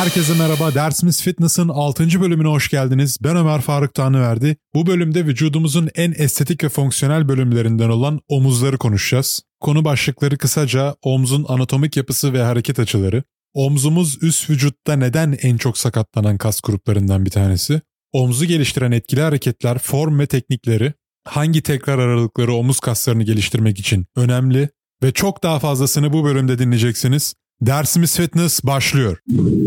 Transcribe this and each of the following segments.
Herkese merhaba. Dersimiz Fitness'ın 6. bölümüne hoş geldiniz. Ben Ömer Faruk Tanrıverdi. Bu bölümde vücudumuzun en estetik ve fonksiyonel bölümlerinden olan omuzları konuşacağız. Konu başlıkları kısaca omzun anatomik yapısı ve hareket açıları, omzumuz üst vücutta neden en çok sakatlanan kas gruplarından bir tanesi, omzu geliştiren etkili hareketler, form ve teknikleri, hangi tekrar aralıkları omuz kaslarını geliştirmek için önemli ve çok daha fazlasını bu bölümde dinleyeceksiniz. Dersimiz Fitness başlıyor.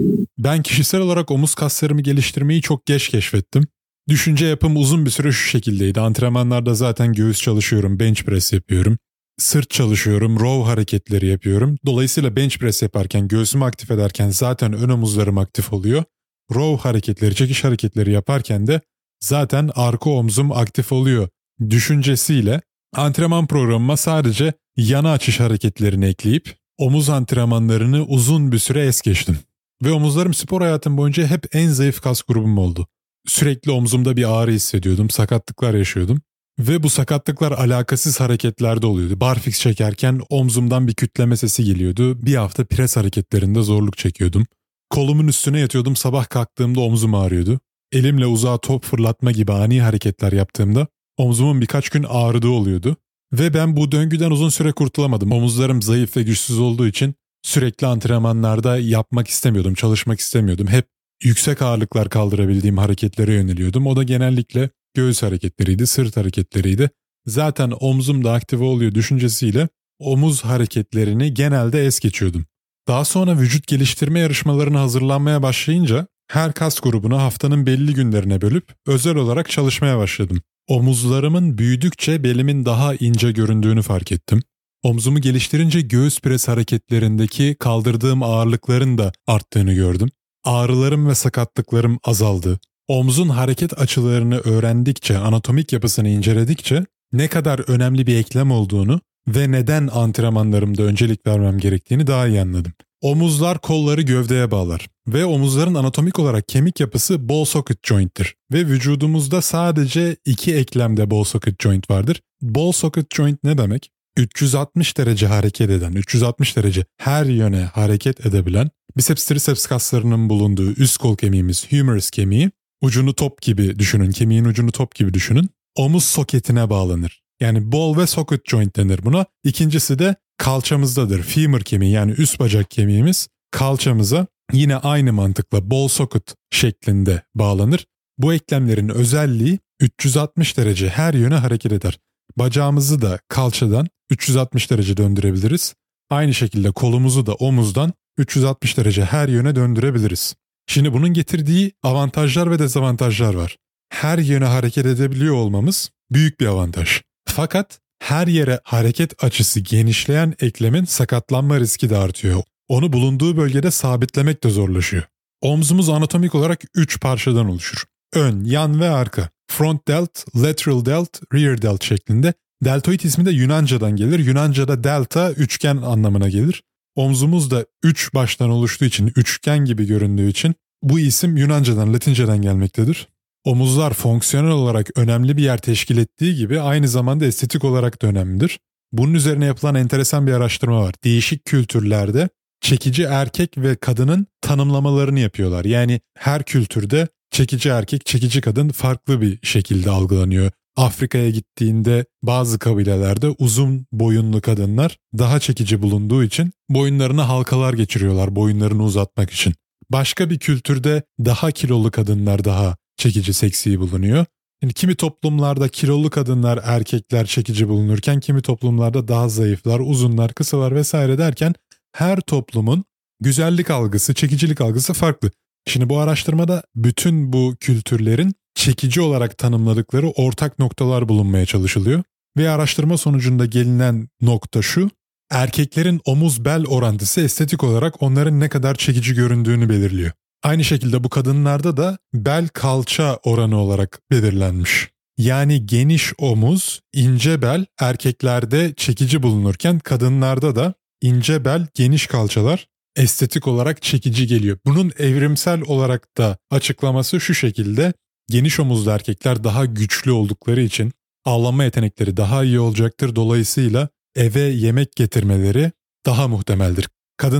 Ben kişisel olarak omuz kaslarımı geliştirmeyi çok geç keşfettim. Düşünce yapım uzun bir süre şu şekildeydi. Antrenmanlarda zaten göğüs çalışıyorum, bench press yapıyorum. Sırt çalışıyorum, row hareketleri yapıyorum. Dolayısıyla bench press yaparken, göğsümü aktif ederken zaten ön omuzlarım aktif oluyor. Row hareketleri, çekiş hareketleri yaparken de zaten arka omzum aktif oluyor düşüncesiyle antrenman programıma sadece yana açış hareketlerini ekleyip omuz antrenmanlarını uzun bir süre es geçtim. Ve omuzlarım spor hayatım boyunca hep en zayıf kas grubum oldu. Sürekli omzumda bir ağrı hissediyordum, sakatlıklar yaşıyordum. Ve bu sakatlıklar alakasız hareketlerde oluyordu. Barfix çekerken omzumdan bir kütleme sesi geliyordu. Bir hafta pres hareketlerinde zorluk çekiyordum. Kolumun üstüne yatıyordum, sabah kalktığımda omzum ağrıyordu. Elimle uzağa top fırlatma gibi ani hareketler yaptığımda omzumun birkaç gün ağrıdığı oluyordu. Ve ben bu döngüden uzun süre kurtulamadım. Omuzlarım zayıf ve güçsüz olduğu için sürekli antrenmanlarda yapmak istemiyordum, çalışmak istemiyordum. Hep yüksek ağırlıklar kaldırabildiğim hareketlere yöneliyordum. O da genellikle göğüs hareketleriydi, sırt hareketleriydi. Zaten omzum da aktive oluyor düşüncesiyle omuz hareketlerini genelde es geçiyordum. Daha sonra vücut geliştirme yarışmalarına hazırlanmaya başlayınca her kas grubunu haftanın belli günlerine bölüp özel olarak çalışmaya başladım. Omuzlarımın büyüdükçe belimin daha ince göründüğünü fark ettim. Omzumu geliştirince göğüs pres hareketlerindeki kaldırdığım ağırlıkların da arttığını gördüm. Ağrılarım ve sakatlıklarım azaldı. Omzun hareket açılarını öğrendikçe, anatomik yapısını inceledikçe ne kadar önemli bir eklem olduğunu ve neden antrenmanlarımda öncelik vermem gerektiğini daha iyi anladım. Omuzlar kolları gövdeye bağlar ve omuzların anatomik olarak kemik yapısı ball socket joint'tir ve vücudumuzda sadece 2 eklemde ball socket joint vardır. Ball socket joint ne demek? 360 derece hareket eden, 360 derece her yöne hareket edebilen biceps triceps kaslarının bulunduğu üst kol kemiğimiz humerus kemiği, ucunu top gibi düşünün, kemiğin ucunu top gibi düşünün, omuz soketine bağlanır. Yani ball ve socket joint denir buna. İkincisi de kalçamızdadır. Femur kemiği yani üst bacak kemiğimiz kalçamıza yine aynı mantıkla ball socket şeklinde bağlanır. Bu eklemlerin özelliği 360 derece her yöne hareket eder. Bacağımızı da kalçadan 360 derece döndürebiliriz. Aynı şekilde kolumuzu da omuzdan 360 derece her yöne döndürebiliriz. Şimdi bunun getirdiği avantajlar ve dezavantajlar var. Her yöne hareket edebiliyor olmamız büyük bir avantaj. Fakat her yere hareket açısı genişleyen eklemin sakatlanma riski de artıyor. Onu bulunduğu bölgede sabitlemek de zorlaşıyor. Omzumuz anatomik olarak 3 parçadan oluşur. Ön, yan ve arka. Front delt, lateral delt, rear delt şeklinde. Deltoid ismi de Yunanca'dan gelir. Yunanca'da delta üçgen anlamına gelir. Omzumuz da 3 baştan oluştuğu için, üçgen gibi göründüğü için bu isim Yunanca'dan, Latinceden gelmektedir. Omuzlar fonksiyonel olarak önemli bir yer teşkil ettiği gibi aynı zamanda estetik olarak da önemlidir. Bunun üzerine yapılan enteresan bir araştırma var. Değişik kültürlerde çekici erkek ve kadının tanımlamalarını yapıyorlar. Yani her kültürde çekici erkek, çekici kadın farklı bir şekilde algılanıyor. Afrika'ya gittiğinde bazı kabilelerde uzun boyunlu kadınlar daha çekici bulunduğu için boyunlarına halkalar geçiriyorlar boyunlarını uzatmak için. Başka bir kültürde daha kilolu kadınlar daha çekici, seksi bulunuyor. Yani kimi toplumlarda kilolu kadınlar, erkekler çekici bulunurken kimi toplumlarda daha zayıflar, uzunlar, kısalar vesaire derken her toplumun güzellik algısı, çekicilik algısı farklı. Şimdi bu araştırmada bütün bu kültürlerin çekici olarak tanımladıkları ortak noktalar bulunmaya çalışılıyor. Ve araştırma sonucunda gelinen nokta şu: erkeklerin omuz-bel orantısı estetik olarak onların ne kadar çekici göründüğünü belirliyor. Aynı şekilde bu kadınlarda da bel-kalça oranı olarak belirlenmiş. Yani geniş omuz, ince bel erkeklerde çekici bulunurken kadınlarda da ince bel, geniş kalçalar estetik olarak çekici geliyor. Bunun evrimsel olarak da açıklaması şu şekilde: geniş omuzlu erkekler daha güçlü oldukları için avlanma yetenekleri daha iyi olacaktır. Dolayısıyla eve yemek getirmeleri daha muhtemeldir. Kadınlar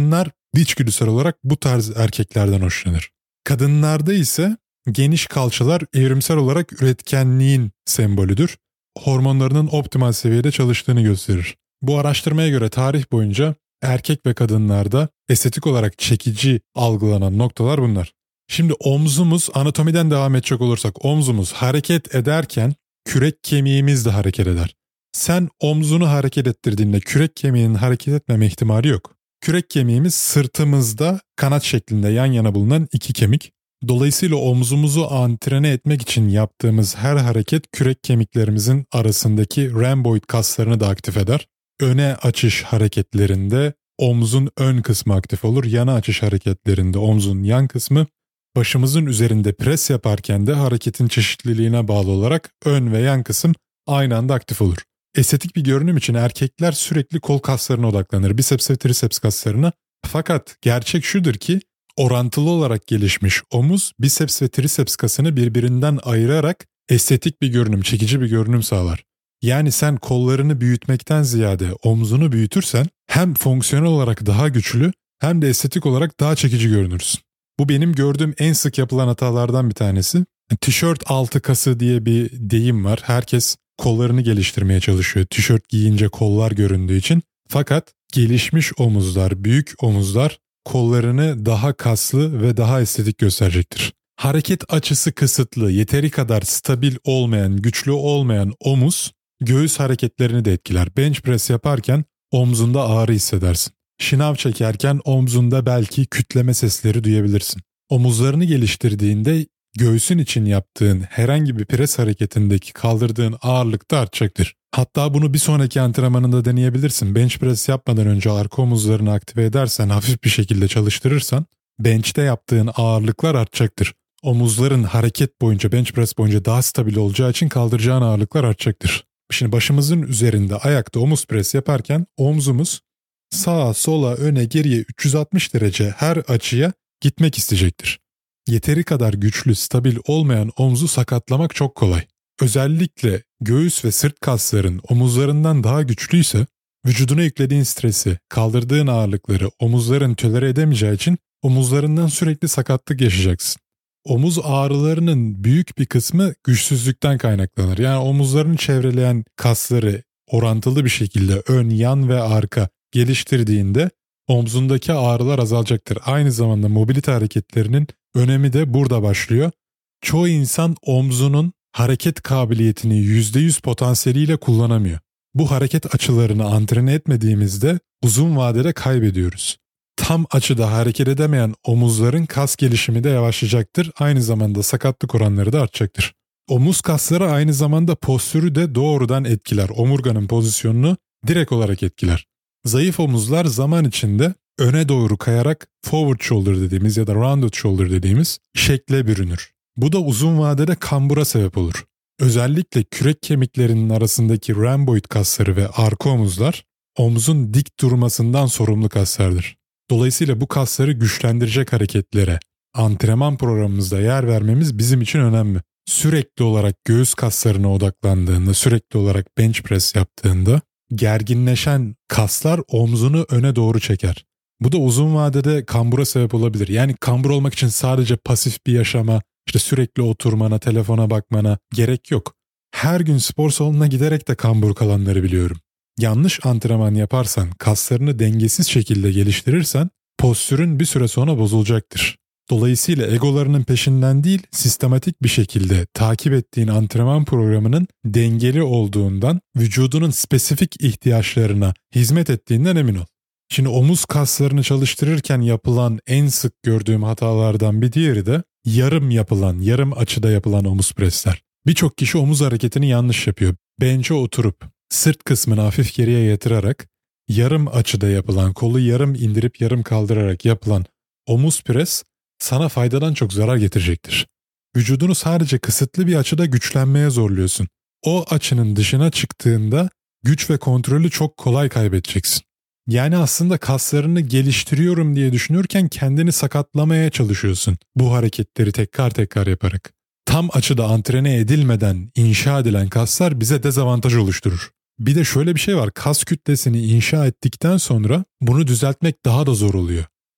içgüdüsel olarak bu tarz erkeklerden hoşlanır. Kadınlarda ise geniş kalçalar evrimsel olarak üretkenliğin sembolüdür. Hormonlarının optimal seviyede çalıştığını gösterir. Bu araştırmaya göre tarih boyunca erkek ve kadınlarda estetik olarak çekici algılanan noktalar bunlar. Şimdi omzumuz, anatomiden devam edecek olursak, omzumuz hareket ederken kürek kemiğimiz de hareket eder. Sen omzunu hareket ettirdiğinde kürek kemiğinin hareket etmeme ihtimali yok. Kürek kemiğimiz sırtımızda kanat şeklinde yan yana bulunan iki kemik. Dolayısıyla omzumuzu antrene etmek için yaptığımız her hareket kürek kemiklerimizin arasındaki rhomboid kaslarını da aktif eder. Öne açış hareketlerinde omzun ön kısmı aktif olur. Yana açış hareketlerinde omzun yan kısmı. Başımızın üzerinde pres yaparken de hareketin çeşitliliğine bağlı olarak ön ve yan kısım aynı anda aktif olur. Estetik bir görünüm için erkekler sürekli kol kaslarına odaklanır, biceps ve triceps kaslarına. Fakat gerçek şudur ki orantılı olarak gelişmiş omuz, biceps ve triceps kasını birbirinden ayırarak estetik bir görünüm, çekici bir görünüm sağlar. Yani sen kollarını büyütmekten ziyade omzunu büyütürsen hem fonksiyonel olarak daha güçlü hem de estetik olarak daha çekici görünürsün. Bu benim gördüğüm en sık yapılan hatalardan bir tanesi. Tişört altı kası diye bir deyim var. Herkes kollarını geliştirmeye çalışıyor. Tişört giyince kollar göründüğü için. Fakat gelişmiş omuzlar, büyük omuzlar kollarını daha kaslı ve daha estetik gösterecektir. Hareket açısı kısıtlı, yeteri kadar stabil olmayan, güçlü olmayan omuz göğüs hareketlerini de etkiler. Bench press yaparken omzunda ağrı hissedersin. Şınav çekerken omzunda belki kütleme sesleri duyabilirsin. Omuzlarını geliştirdiğinde göğsün için yaptığın herhangi bir pres hareketindeki kaldırdığın ağırlık da artacaktır. Hatta bunu bir sonraki antrenmanında deneyebilirsin. Bench press yapmadan önce arka omuzlarını aktive edersen, hafif bir şekilde çalıştırırsan bench'te yaptığın ağırlıklar artacaktır. Omuzların hareket boyunca, bench press boyunca daha stabil olacağı için kaldıracağın ağırlıklar artacaktır. Şimdi başımızın üzerinde ayakta omuz pres yaparken omzumuz sağa, sola, öne, geriye 360 derece her açıya gitmek isteyecektir. Yeteri kadar güçlü, stabil olmayan omzu sakatlamak çok kolay. Özellikle göğüs ve sırt kasların omuzlarından daha güçlüyse, vücuduna yüklediğin stresi, kaldırdığın ağırlıkları omuzların tolere edemeyeceği için omuzlarından sürekli sakatlık yaşayacaksın. Omuz ağrılarının büyük bir kısmı güçsüzlükten kaynaklanır. Yani omuzlarını çevreleyen kasları orantılı bir şekilde ön, yan ve arka geliştirdiğinde omzundaki ağrılar azalacaktır. Aynı zamanda mobilite hareketlerinin önemi de burada başlıyor. Çoğu insan omzunun hareket kabiliyetini %100 potansiyeliyle kullanamıyor. Bu hareket açılarını antrene etmediğimizde uzun vadede kaybediyoruz. Tam açıda hareket edemeyen omuzların kas gelişimi de yavaşlayacaktır. Aynı zamanda sakatlık oranları da artacaktır. Omuz kasları aynı zamanda postürü de doğrudan etkiler. Omurganın pozisyonunu direkt olarak etkiler. Zayıf omuzlar zaman içinde öne doğru kayarak forward shoulder dediğimiz ya da rounded shoulder dediğimiz şekle bürünür. Bu da uzun vadede kambura sebep olur. Özellikle kürek kemiklerinin arasındaki rhomboid kasları ve arka omuzlar omzun dik durmasından sorumlu kaslardır. Dolayısıyla bu kasları güçlendirecek hareketlere antrenman programımızda yer vermemiz bizim için önemli. Sürekli olarak göğüs kaslarına odaklandığında, sürekli olarak bench press yaptığında gerginleşen kaslar omzunu öne doğru çeker. Bu da uzun vadede kambura sebep olabilir. Yani kambur olmak için sadece pasif bir yaşama, işte sürekli oturmana, telefona bakmana gerek yok. Her gün spor salonuna giderek de kambur kalanları biliyorum. Yanlış antrenman yaparsan, kaslarını dengesiz şekilde geliştirirsen postürün bir süre sonra bozulacaktır. Dolayısıyla egolarının peşinden değil, sistematik bir şekilde takip ettiğin antrenman programının dengeli olduğundan, vücudunun spesifik ihtiyaçlarına hizmet ettiğinden emin ol. Şimdi omuz kaslarını çalıştırırken yapılan en sık gördüğüm hatalardan bir diğeri de yarım açıda yapılan omuz presler. Birçok kişi omuz hareketini yanlış yapıyor. Bench'e oturup sırt kısmını hafif geriye yatırarak yarım açıda yapılan, kolu yarım indirip yarım kaldırarak yapılan omuz pres sana faydadan çok zarar getirecektir. Vücudunu sadece kısıtlı bir açıda güçlenmeye zorluyorsun. O açının dışına çıktığında güç ve kontrolü çok kolay kaybedeceksin. Yani aslında kaslarını geliştiriyorum diye düşünürken kendini sakatlamaya çalışıyorsun bu hareketleri tekrar yaparak. Tam açıda antrene edilmeden inşa edilen kaslar bize dezavantaj oluşturur. Bir de şöyle bir şey var, kas kütlesini inşa ettikten sonra bunu düzeltmek daha da zor oluyor.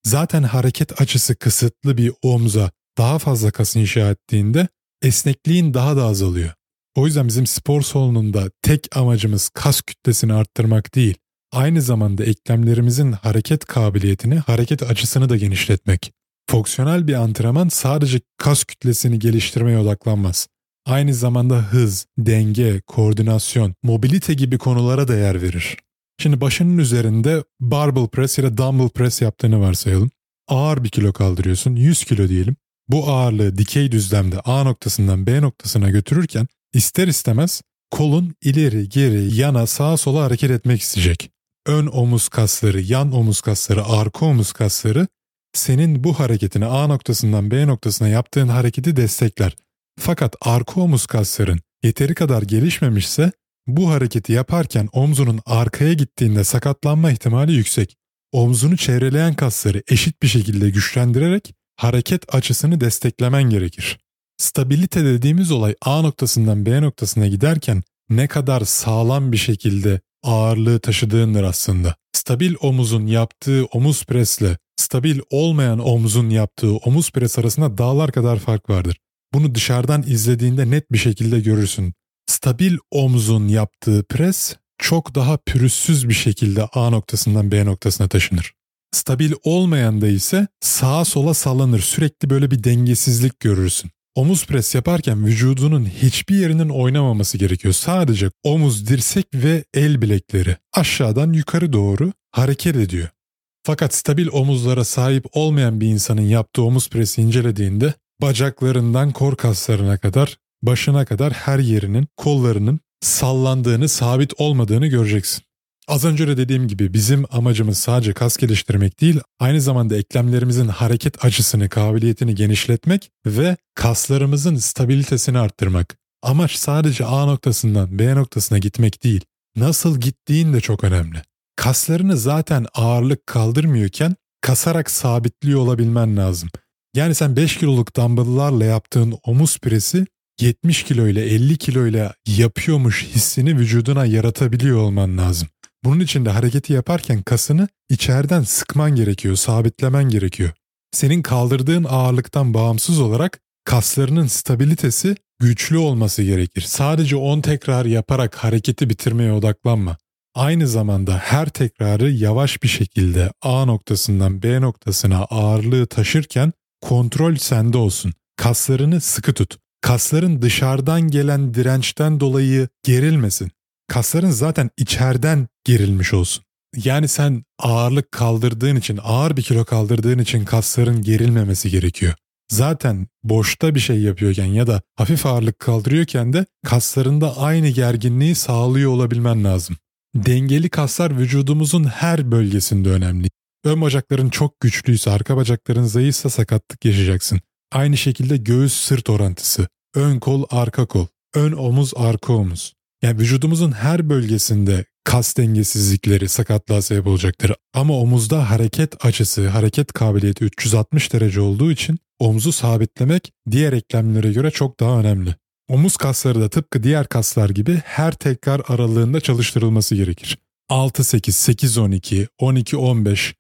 Zaten hareket açısı kısıtlı bir omza daha fazla kas inşa ettiğinde esnekliğin daha da azalıyor. O yüzden bizim spor salonunda tek amacımız kas kütlesini arttırmak değil, aynı zamanda eklemlerimizin hareket kabiliyetini, hareket açısını da genişletmek. Fonksiyonel bir antrenman sadece kas kütlesini geliştirmeye odaklanmaz. Aynı zamanda hız, denge, koordinasyon, mobilite gibi konulara da yer verir. Şimdi başının üzerinde barbell press ya da dumbbell press yaptığını varsayalım. Ağır bir kilo kaldırıyorsun, 100 kilo diyelim. Bu ağırlığı dikey düzlemde A noktasından B noktasına götürürken ister istemez kolun ileri, geri, yana, sağa sola hareket etmek isteyecek. Ön omuz kasları, yan omuz kasları, arka omuz kasları senin bu hareketini A noktasından B noktasına yaptığın hareketi destekler. Fakat arka omuz kasların yeteri kadar gelişmemişse bu hareketi yaparken omzunun arkaya gittiğinde sakatlanma ihtimali yüksek. Omzunu çevreleyen kasları eşit bir şekilde güçlendirerek hareket açısını desteklemen gerekir. Stabilite dediğimiz olay A noktasından B noktasına giderken ne kadar sağlam bir şekilde ağırlığı taşıdığındır aslında. Stabil omuzun yaptığı omuz presle stabil olmayan omuzun yaptığı omuz pres arasında dağlar kadar fark vardır. Bunu dışarıdan izlediğinde net bir şekilde görürsün. Stabil omzun yaptığı pres çok daha pürüzsüz bir şekilde A noktasından B noktasına taşınır. Stabil olmayan da ise sağa sola sallanır, sürekli böyle bir dengesizlik görürsün. Omuz pres yaparken vücudunun hiçbir yerinin oynamaması gerekiyor. Sadece omuz, dirsek ve el bilekleri aşağıdan yukarı doğru hareket ediyor. Fakat stabil omuzlara sahip olmayan bir insanın yaptığı omuz presi incelediğinde bacaklarından kor kaslarına kadar, başına kadar her yerinin, kollarının sallandığını, sabit olmadığını göreceksin. Az önce de dediğim gibi bizim amacımız sadece kas geliştirmek değil, aynı zamanda eklemlerimizin hareket açısını, kabiliyetini genişletmek ve kaslarımızın stabilitesini arttırmak. Amaç sadece A noktasından B noktasına gitmek değil, nasıl gittiğin de çok önemli. Kaslarını zaten ağırlık kaldırmıyorken kasarak sabitliyor olabilmen lazım. Yani sen 5 kiloluk dumbbell'larla yaptığın omuz presi 70 kilo ile 50 kilo ile yapıyormuş hissini vücuduna yaratabiliyor olman lazım. Bunun için de hareketi yaparken kasını içeriden sıkman gerekiyor, sabitlemen gerekiyor. Senin kaldırdığın ağırlıktan bağımsız olarak kaslarının stabilitesi güçlü olması gerekir. Sadece 10 tekrar yaparak hareketi bitirmeye odaklanma. Aynı zamanda her tekrarı yavaş bir şekilde A noktasından B noktasına ağırlığı taşırken kontrol sende olsun. Kaslarını sıkı tut. Kasların dışarıdan gelen dirençten dolayı gerilmesin. Kasların zaten içeriden gerilmiş olsun. Yani sen ağırlık kaldırdığın için, ağır bir kilo kaldırdığın için kasların gerilmemesi gerekiyor. Zaten boşta bir şey yapıyorken ya da hafif ağırlık kaldırıyorken de kaslarında aynı gerginliği sağlıyor olabilmen lazım. Dengeli kaslar vücudumuzun her bölgesinde önemli. Ön bacakların çok güçlüyse, arka bacakların zayıfsa sakatlık yaşayacaksın. Aynı şekilde göğüs sırt orantısı, ön kol arka kol, ön omuz arka omuz. Yani vücudumuzun her bölgesinde kas dengesizlikleri sakatlığa sebep olacaktır. Ama omuzda hareket açısı, hareket kabiliyeti 360 derece olduğu için omuzu sabitlemek diğer eklemlere göre çok daha önemli. Omuz kasları da tıpkı diğer kaslar gibi her tekrar aralığında çalıştırılması gerekir. 6-8, 8-12, 12-15,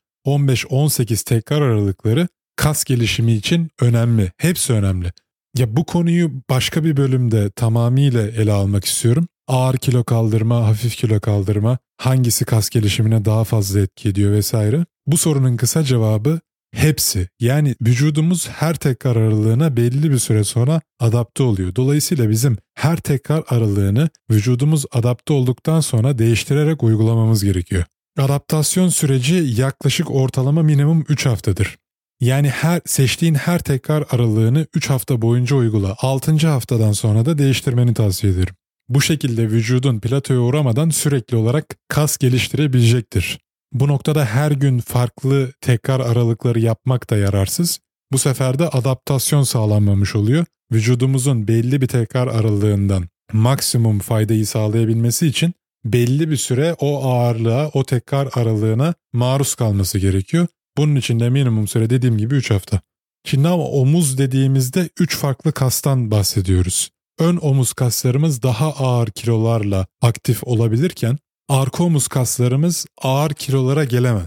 15-18 tekrar aralıkları kas gelişimi için önemli. Hepsi önemli. Ya bu konuyu başka bir bölümde tamamıyla ele almak istiyorum. Ağır kilo kaldırma, hafif kilo kaldırma, hangisi kas gelişimine daha fazla etki ediyor vesaire. Bu sorunun kısa cevabı hepsi. Yani vücudumuz her tekrar aralığına belli bir süre sonra adapte oluyor. Dolayısıyla bizim her tekrar aralığını vücudumuz adapte olduktan sonra değiştirerek uygulamamız gerekiyor. Adaptasyon süreci yaklaşık ortalama minimum 3 haftadır. Yani seçtiğin her tekrar aralığını 3 hafta boyunca uygula. 6. haftadan sonra da değiştirmeni tavsiye ederim. Bu şekilde vücudun platoya uğramadan sürekli olarak kas geliştirebilecektir. Bu noktada her gün farklı tekrar aralıkları yapmak da yararsız. Bu sefer de adaptasyon sağlanmamış oluyor. Vücudumuzun belli bir tekrar aralığından maksimum faydayı sağlayabilmesi için belli bir süre o ağırlığa, o tekrar aralığına maruz kalması gerekiyor. Bunun için de minimum süre dediğim gibi 3 hafta. Şimdi ama omuz dediğimizde 3 farklı kastan bahsediyoruz. Ön omuz kaslarımız daha ağır kilolarla aktif olabilirken arka omuz kaslarımız ağır kilolara gelemez.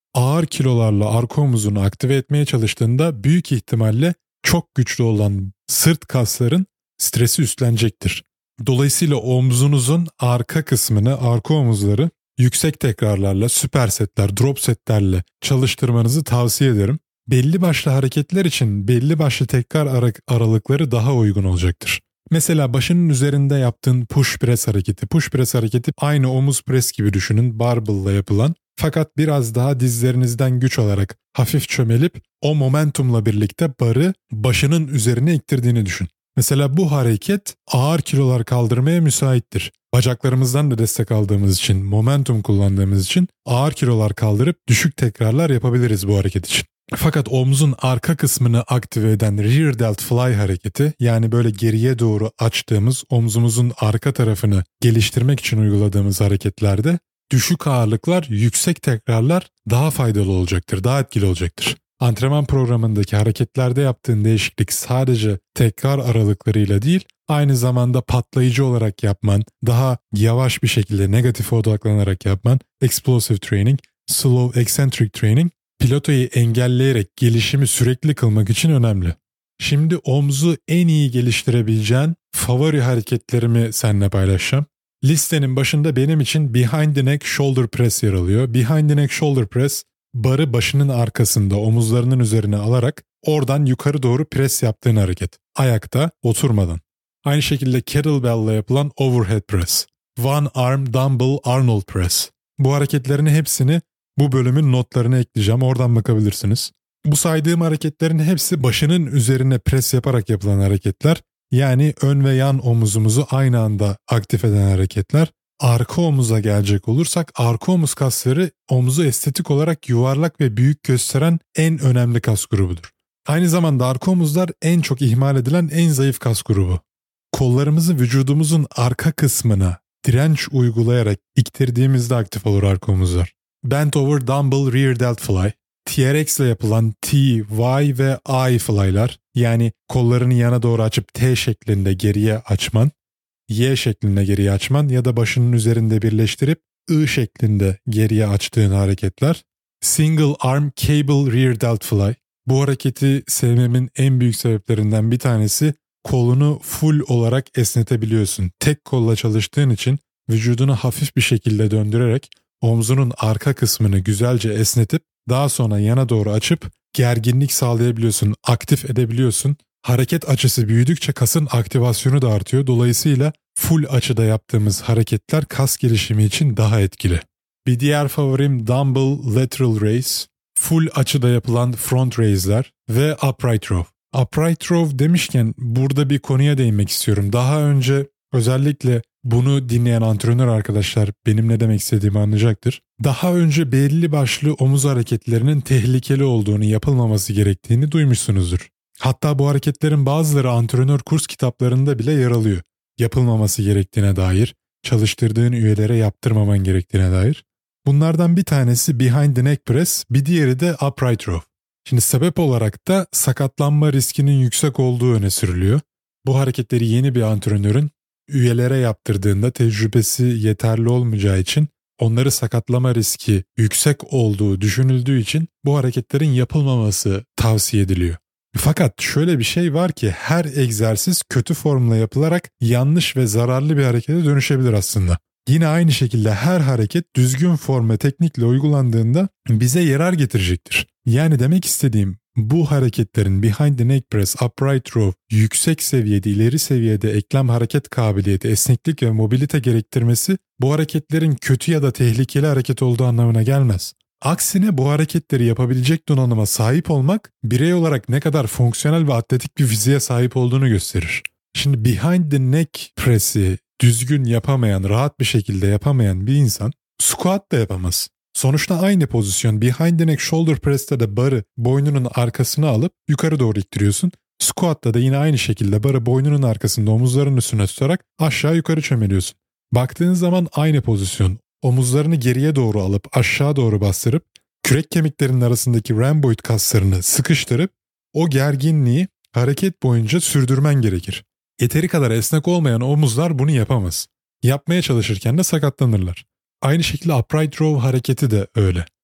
ağır kilolarla arka omuzunu aktive etmeye çalıştığında büyük ihtimalle çok güçlü olan sırt kasların stresi üstlenecektir. Dolayısıyla omzunuzun arka kısmını, arka omuzları yüksek tekrarlarla, süpersetler, drop setlerle çalıştırmanızı tavsiye ederim. Belli başlı hareketler için belli başlı tekrar aralıkları daha uygun olacaktır. Mesela başının üzerinde yaptığın push press hareketi. Push press hareketi aynı omuz pres gibi düşünün, barbell'la yapılan. Fakat biraz daha dizlerinizden güç alarak hafif çömelip o momentumla birlikte barı başının üzerine ittirdiğini düşün. Mesela bu hareket ağır kilolar kaldırmaya müsaittir. Bacaklarımızdan da destek aldığımız için, momentum kullandığımız için ağır kilolar kaldırıp düşük tekrarlar yapabiliriz bu hareket için. Fakat omzun arka kısmını aktive eden rear delt fly hareketi, yani böyle geriye doğru açtığımız omzumuzun arka tarafını geliştirmek için uyguladığımız hareketlerde düşük ağırlıklar, yüksek tekrarlar daha faydalı olacaktır, daha etkili olacaktır. Antrenman programındaki hareketlerde yaptığın değişiklik sadece tekrar aralıklarıyla değil, aynı zamanda patlayıcı olarak yapman, daha yavaş bir şekilde negatife odaklanarak yapman, explosive training, slow eccentric training, pilotayı engelleyerek gelişimi sürekli kılmak için önemli. Şimdi omzu en iyi geliştirebileceğin favori hareketlerimi seninle paylaşacağım. Listenin başında benim için behind the neck shoulder press yer alıyor. Behind the neck shoulder press, barı başının arkasında omuzlarının üzerine alarak oradan yukarı doğru pres yaptığın hareket. Ayakta, oturmadan. Aynı şekilde kettlebell ile yapılan overhead press. One arm dumbbell Arnold press. Bu hareketlerin hepsini bu bölümün notlarına ekleyeceğim. Oradan bakabilirsiniz. Bu saydığım hareketlerin hepsi başının üzerine pres yaparak yapılan hareketler. Yani ön ve yan omuzumuzu aynı anda aktif eden hareketler. Arka omuza gelecek olursak, arka omuz kasları omuzu estetik olarak yuvarlak ve büyük gösteren en önemli kas grubudur. Aynı zamanda arka omuzlar en çok ihmal edilen en zayıf kas grubu. Kollarımızı vücudumuzun arka kısmına direnç uygulayarak iktirdiğimizde aktif olur arka omuzlar. Bent over dumbbell rear delt fly, TRX ile yapılan T, Y ve I fly'lar, yani kollarını yana doğru açıp T şeklinde geriye açman, Y şeklinde geriye açman ya da başının üzerinde birleştirip I şeklinde geriye açtığın hareketler. Single arm cable rear delt fly. Bu hareketi sevmemin en büyük sebeplerinden bir tanesi, kolunu full olarak esnetebiliyorsun. Tek kolla çalıştığın için vücudunu hafif bir şekilde döndürerek omzunun arka kısmını güzelce esnetip daha sonra yana doğru açıp gerginlik sağlayabiliyorsun, aktif edebiliyorsun. Hareket açısı büyüdükçe kasın aktivasyonu da artıyor. Dolayısıyla full açıda yaptığımız hareketler kas gelişimi için daha etkili. Bir diğer favorim dumbbell lateral raise, full açıda yapılan front raise'ler ve upright row. Upright row demişken burada bir konuya değinmek istiyorum. Daha önce özellikle bunu dinleyen antrenör arkadaşlar benim ne demek istediğimi anlayacaktır. Daha önce belli başlı omuz hareketlerinin tehlikeli olduğunu, yapılmaması gerektiğini duymuşsunuzdur. Hatta bu hareketlerin bazıları antrenör kurs kitaplarında bile yer alıyor. Yapılmaması gerektiğine dair, çalıştırdığın üyelere yaptırmaman gerektiğine dair. Bunlardan bir tanesi behind the neck press, bir diğeri de upright row. Şimdi sebep olarak da sakatlanma riskinin yüksek olduğu öne sürülüyor. Bu hareketleri yeni bir antrenörün üyelere yaptırdığında tecrübesi yeterli olmayacağı için, onları sakatlama riski yüksek olduğu düşünüldüğü için bu hareketlerin yapılmaması tavsiye ediliyor. Fakat şöyle bir şey var ki her egzersiz kötü formla yapılarak yanlış ve zararlı bir harekete dönüşebilir aslında. Yine aynı şekilde her hareket düzgün form ve teknikle uygulandığında bize yarar getirecektir. Yani demek istediğim, bu hareketlerin behind the neck press, upright row, yüksek seviyede, ileri seviyede eklem hareket kabiliyeti, esneklik ve mobilite gerektirmesi bu hareketlerin kötü ya da tehlikeli hareket olduğu anlamına gelmez. Aksine bu hareketleri yapabilecek donanıma sahip olmak, birey olarak ne kadar fonksiyonel ve atletik bir fiziğe sahip olduğunu gösterir. Şimdi behind the neck press'i düzgün yapamayan, rahat bir şekilde yapamayan bir insan squat da yapamaz. Sonuçta aynı pozisyon. Behind the neck shoulder press'te de barı boynunun arkasına alıp yukarı doğru ittiriyorsun. Squat'ta da yine aynı şekilde barı boynunun arkasında omuzların üstüne tutarak aşağı yukarı çömeliyorsun. Baktığın zaman aynı pozisyon. Omuzlarını geriye doğru alıp aşağı doğru bastırıp kürek kemiklerinin arasındaki rhomboid kaslarını sıkıştırıp o gerginliği hareket boyunca sürdürmen gerekir. Yeteri kadar esnek olmayan omuzlar bunu yapamaz. Yapmaya çalışırken de sakatlanırlar. Aynı şekilde upright row hareketi de öyle.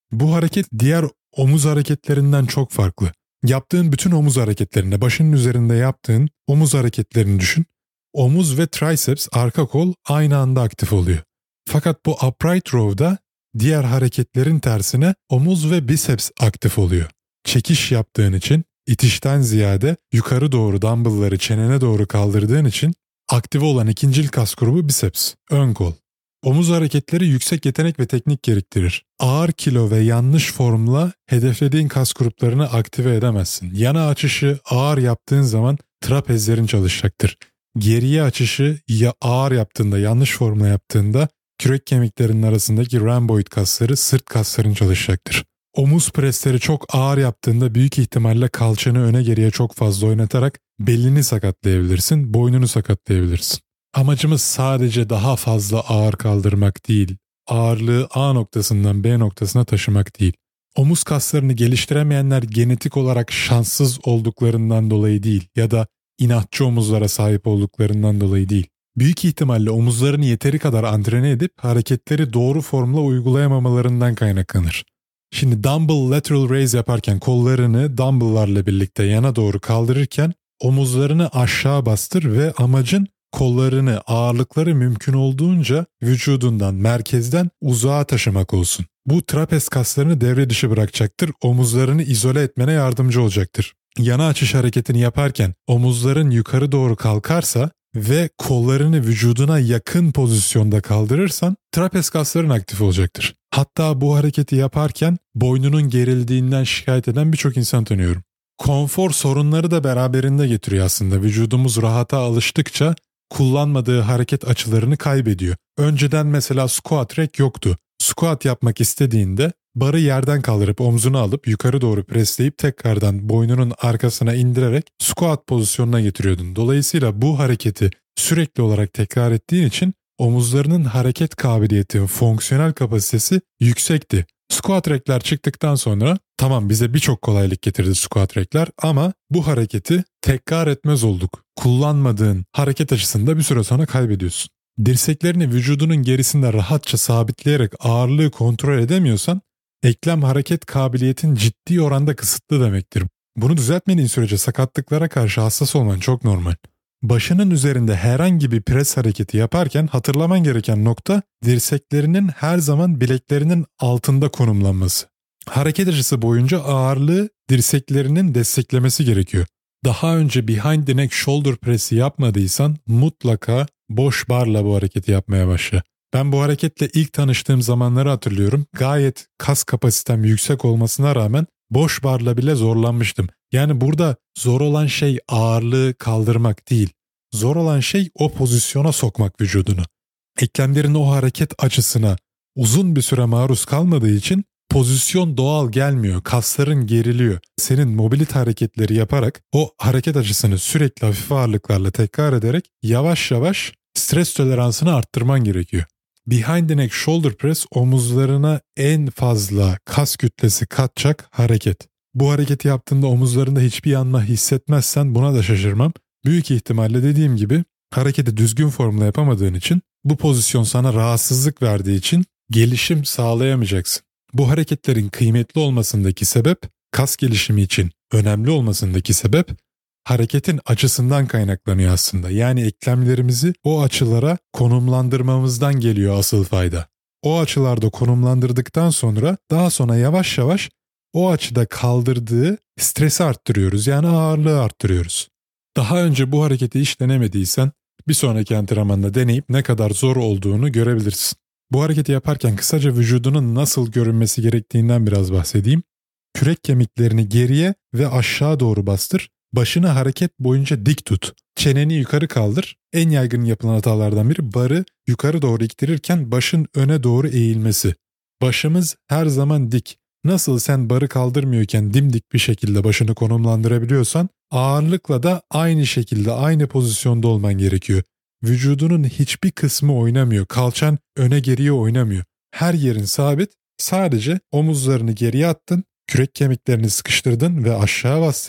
Bu hareket diğer omuz hareketlerinden çok farklı. Yaptığın bütün omuz hareketlerinde, başının üzerinde yaptığın omuz hareketlerini düşün. Omuz ve triceps, arka kol aynı anda aktif oluyor. Fakat bu upright row'da diğer hareketlerin tersine omuz ve biceps aktif oluyor. Çekiş yaptığın için, itişten ziyade yukarı doğru dumbbellları çenene doğru kaldırdığın için aktive olan ikincil kas grubu biceps, ön kol. Omuz hareketleri yüksek yetenek ve teknik gerektirir. Ağır kilo ve yanlış formla hedeflediğin kas gruplarını aktive edemezsin. Yana açışı ağır yaptığın zaman trapezlerin çalışacaktır. Geriye açışı ya ağır yaptığında, yanlış formla yaptığında kürek kemiklerinin arasındaki rhomboid kasları, sırt kasların çalışacaktır. Omuz presleri çok ağır yaptığında büyük ihtimalle kalçanı öne geriye çok fazla oynatarak belini sakatlayabilirsin, boynunu sakatlayabilirsin. Amacımız sadece daha fazla ağır kaldırmak değil, ağırlığı A noktasından B noktasına taşımak değil. Omuz kaslarını geliştiremeyenler genetik olarak şanssız olduklarından dolayı değil ya da inatçı omuzlara sahip olduklarından dolayı değil. Büyük ihtimalle omuzlarını yeteri kadar antrene edip hareketleri doğru formla uygulayamamalarından kaynaklanır. Şimdi dumbbell lateral raise yaparken kollarını dumbbelllarla birlikte yana doğru kaldırırken omuzlarını aşağı bastır ve amacın kollarını, ağırlıkları mümkün olduğunca vücudundan, merkezden uzağa taşımak olsun. Bu trapez kaslarını devre dışı bırakacaktır, omuzlarını izole etmene yardımcı olacaktır. Yana açış hareketini yaparken omuzların yukarı doğru kalkarsa ve kollarını vücuduna yakın pozisyonda kaldırırsan trapez kasların aktif olacaktır. Hatta bu hareketi yaparken boynunun gerildiğinden şikayet eden birçok insan tanıyorum. Konfor sorunları da beraberinde getiriyor aslında. Vücudumuz rahata alıştıkça kullanmadığı hareket açılarını kaybediyor. Önceden mesela squat rack yoktu. Squat yapmak istediğinde barı yerden kaldırıp omzuna alıp yukarı doğru presleyip tekrardan boynunun arkasına indirerek squat pozisyonuna getiriyordun. Dolayısıyla bu hareketi sürekli olarak tekrar ettiğin için omuzlarının hareket kabiliyeti, fonksiyonel kapasitesi yüksekti. Squat rack'ler çıktıktan sonra tamam bize birçok kolaylık getirdi squat rack'ler ama bu hareketi tekrar etmez olduk. Kullanmadığın hareket açısında bir süre sonra kaybediyorsun. Dirseklerini vücudunun gerisinde rahatça sabitleyerek ağırlığı kontrol edemiyorsan eklem hareket kabiliyetin ciddi oranda kısıtlı demektir. Bunu düzeltmediğin sürece sakatlıklara karşı hassas olman çok normal. Başının üzerinde herhangi bir pres hareketi yaparken hatırlaman gereken nokta dirseklerinin her zaman bileklerinin altında konumlanması. Hareket açısı boyunca ağırlığı dirseklerinin desteklemesi gerekiyor. Daha önce behind the neck shoulder press'i yapmadıysan mutlaka boş barla bu hareketi yapmaya başla. Ben bu hareketle ilk tanıştığım zamanları hatırlıyorum. Gayet kas kapasitem yüksek olmasına rağmen boş barla bile zorlanmıştım. Yani burada zor olan şey ağırlığı kaldırmak değil. Zor olan şey o pozisyona sokmak vücudunu. Eklemlerin o hareket açısına uzun bir süre maruz kalmadığı için pozisyon doğal gelmiyor. Kasların geriliyor. Senin mobilite hareketleri yaparak o hareket açısını sürekli hafif ağırlıklarla tekrar ederek yavaş yavaş stres toleransını arttırman gerekiyor. Behind the neck shoulder press omuzlarına en fazla kas kütlesi katacak hareket. Bu hareketi yaptığında omuzlarında hiçbir yanma hissetmezsen buna da şaşırmam. Büyük ihtimalle dediğim gibi hareketi düzgün formla yapamadığın için bu pozisyon sana rahatsızlık verdiği için gelişim sağlayamayacaksın. Bu hareketlerin kıymetli olmasındaki sebep, kas gelişimi için önemli olmasındaki sebep hareketin açısından kaynaklanıyor aslında. Yani eklemlerimizi o açılara konumlandırmamızdan geliyor asıl fayda. O açılarda konumlandırdıktan sonra daha sonra yavaş yavaş o açıda kaldırdığı stresi arttırıyoruz. Yani ağırlığı arttırıyoruz. Daha önce bu hareketi hiç denemediysen bir sonraki antrenmanda deneyip ne kadar zor olduğunu görebilirsin. Bu hareketi yaparken kısaca vücudunun nasıl görünmesi gerektiğinden biraz bahsedeyim. Kürek kemiklerini geriye ve aşağı doğru bastır. Başını hareket boyunca dik tut. Çeneni yukarı kaldır. En yaygın yapılan hatalardan biri barı yukarı doğru ittirirken başın öne doğru eğilmesi. Başımız her zaman dik. Nasıl sen barı kaldırmıyorken dimdik bir şekilde başını konumlandırabiliyorsan ağırlıkla da aynı şekilde aynı pozisyonda olman gerekiyor. Vücudunun hiçbir kısmı oynamıyor. Kalçan öne geriye oynamıyor. Her yerin sabit. Sadece omuzlarını geriye attın, kürek kemiklerini sıkıştırdın ve aşağı bastırdın.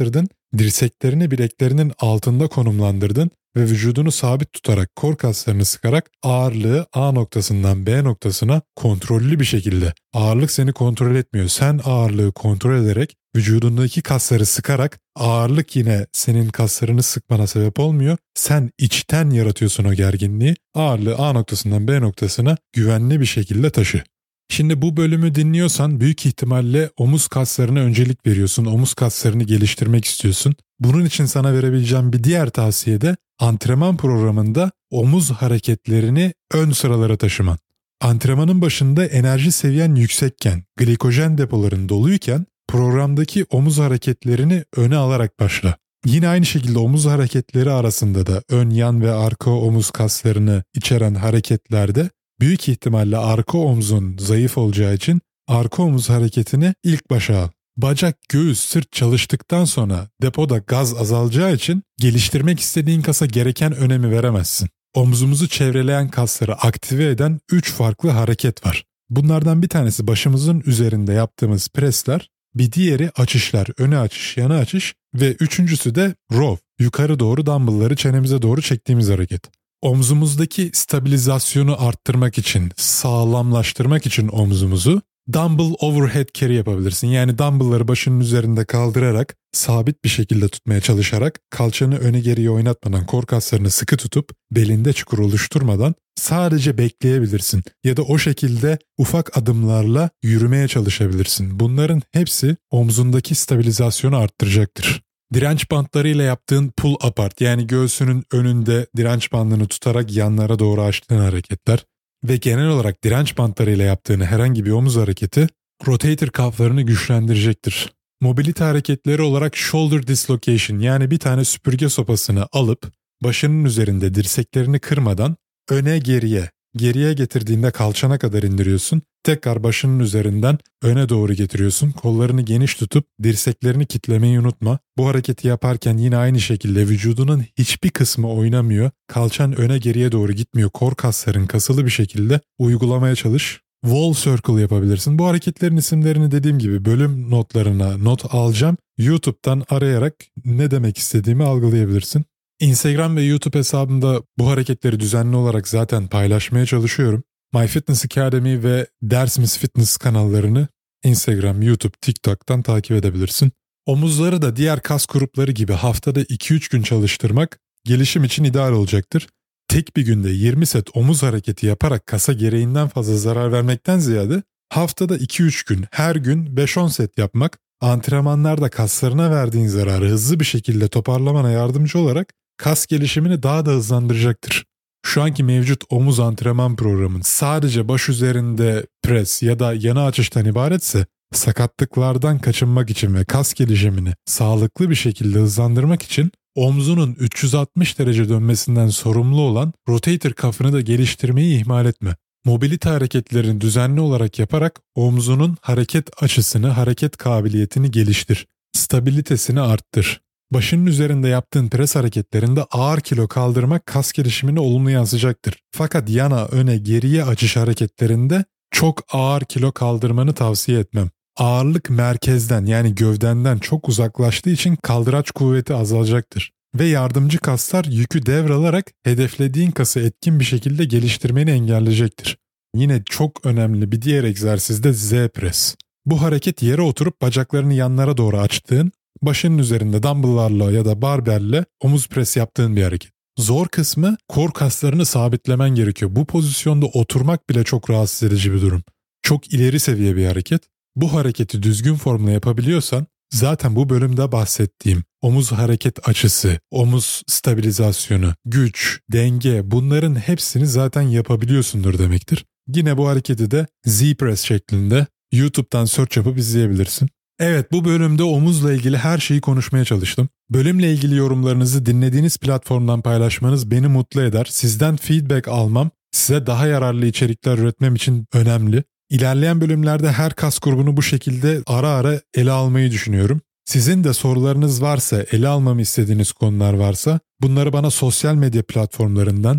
Dirseklerini bileklerinin altında konumlandırdın ve vücudunu sabit tutarak core kaslarını sıkarak ağırlığı A noktasından B noktasına kontrollü bir şekilde, ağırlık seni kontrol etmiyor, sen ağırlığı kontrol ederek vücudundaki kasları sıkarak, ağırlık yine senin kaslarını sıkmana sebep olmuyor, sen içten yaratıyorsun o gerginliği, ağırlığı A noktasından B noktasına güvenli bir şekilde taşı. Şimdi bu bölümü dinliyorsan büyük ihtimalle omuz kaslarına öncelik veriyorsun, omuz kaslarını geliştirmek istiyorsun. Bunun için sana verebileceğim bir diğer tavsiye de antrenman programında omuz hareketlerini ön sıralara taşıman. Antrenmanın başında enerji seviyen yüksekken, glikojen depoların doluyken programdaki omuz hareketlerini öne alarak başla. Yine aynı şekilde omuz hareketleri arasında da ön, yan ve arka omuz kaslarını içeren hareketlerde büyük ihtimalle arka omzun zayıf olacağı için arka omuz hareketini ilk başa al. Bacak, göğüs, sırt çalıştıktan sonra depoda gaz azalacağı için geliştirmek istediğin kasa gereken önemi veremezsin. Omzumuzu çevreleyen kasları aktive eden 3 farklı hareket var. Bunlardan bir tanesi başımızın üzerinde yaptığımız presler, bir diğeri açışlar, öne açış, yana açış ve üçüncüsü de row, yukarı doğru dumbbellları çenemize doğru çektiğimiz hareket. Omzumuzdaki stabilizasyonu arttırmak için, sağlamlaştırmak için omzumuzu dumbbell overhead carry yapabilirsin. Yani dumbbellları başının üzerinde kaldırarak, sabit bir şekilde tutmaya çalışarak, kalçanı öne geriye oynatmadan, kor kaslarını sıkı tutup, belinde çukur oluşturmadan sadece bekleyebilirsin. Ya da o şekilde ufak adımlarla yürümeye çalışabilirsin. Bunların hepsi omzundaki stabilizasyonu arttıracaktır. Direnç bantlarıyla yaptığın pull apart, yani göğsünün önünde direnç bandını tutarak yanlara doğru açtığın hareketler ve genel olarak direnç bantlarıyla yaptığın herhangi bir omuz hareketi rotator cuff'larını güçlendirecektir. Mobilite hareketleri olarak shoulder dislocation, yani bir tane süpürge sopasını alıp başının üzerinde dirseklerini kırmadan öne geriye getirdiğinde kalçana kadar indiriyorsun. Tekrar başının üzerinden öne doğru getiriyorsun. Kollarını geniş tutup dirseklerini kitlemeyi unutma. Bu hareketi yaparken yine aynı şekilde vücudunun hiçbir kısmı oynamıyor. Kalçan öne geriye doğru gitmiyor. Kor kasların kasılı bir şekilde uygulamaya çalış. Wall circle yapabilirsin. Bu hareketlerin isimlerini dediğim gibi bölüm notlarına not alacağım. YouTube'dan arayarak ne demek istediğimi algılayabilirsin. Instagram ve YouTube hesabımda bu hareketleri düzenli olarak zaten paylaşmaya çalışıyorum. MyFitness Academy ve Dersimiz Fitness kanallarını Instagram, YouTube, TikTok'tan takip edebilirsin. Omuzları da diğer kas grupları gibi haftada 2-3 gün çalıştırmak gelişim için ideal olacaktır. Tek bir günde 20 set omuz hareketi yaparak kasa gereğinden fazla zarar vermekten ziyade haftada 2-3 gün her gün 5-10 set yapmak antrenmanlarda kaslarına verdiğin zararı hızlı bir şekilde toparlamana yardımcı olarak kas gelişimini daha da hızlandıracaktır. Şu anki mevcut omuz antrenman programın sadece baş üzerinde pres ya da yana açıştan ibaretse sakatlıklardan kaçınmak için ve kas gelişimini sağlıklı bir şekilde hızlandırmak için omzunun 360 derece dönmesinden sorumlu olan rotator cuff'ını da geliştirmeyi ihmal etme. Mobilite hareketlerini düzenli olarak yaparak omzunun hareket açısını, hareket kabiliyetini geliştir. Stabilitesini arttır. Başının üzerinde yaptığın pres hareketlerinde ağır kilo kaldırmak kas gelişimine olumlu yansıyacaktır. Fakat yana, öne, geriye açış hareketlerinde çok ağır kilo kaldırmanı tavsiye etmem. Ağırlık merkezden, yani gövdenden çok uzaklaştığı için kaldıraç kuvveti azalacaktır. Ve yardımcı kaslar yükü devralarak hedeflediğin kası etkin bir şekilde geliştirmeni engelleyecektir. Yine çok önemli bir diğer egzersiz de Z pres. Bu hareket yere oturup bacaklarını yanlara doğru açtığın, başının üzerinde dumbbell'larla ya da barbelle omuz pres yaptığın bir hareket. Zor kısmı kor kaslarını sabitlemen gerekiyor. Bu pozisyonda oturmak bile çok rahatsız edici bir durum. Çok ileri seviye bir hareket. Bu hareketi düzgün formla yapabiliyorsan zaten bu bölümde bahsettiğim omuz hareket açısı, omuz stabilizasyonu, güç, denge, bunların hepsini zaten yapabiliyorsundur demektir. Yine bu hareketi de Z-Press şeklinde YouTube'dan search yapıp izleyebilirsin. Evet, bu bölümde omuzla ilgili her şeyi konuşmaya çalıştım. Bölümle ilgili yorumlarınızı dinlediğiniz platformdan paylaşmanız beni mutlu eder. Sizden feedback almam size daha yararlı içerikler üretmem için önemli. İlerleyen bölümlerde her kas grubunu bu şekilde ara ara ele almayı düşünüyorum. Sizin de sorularınız varsa, ele almamı istediğiniz konular varsa bunları bana sosyal medya platformlarından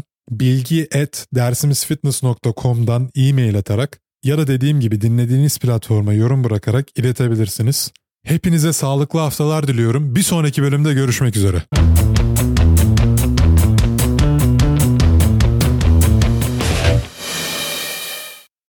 bilgi@dersimizfitness.com'dan e-mail atarak ya da dediğim gibi dinlediğiniz platforma yorum bırakarak iletebilirsiniz. Hepinize sağlıklı haftalar diliyorum. Bir sonraki bölümde görüşmek üzere.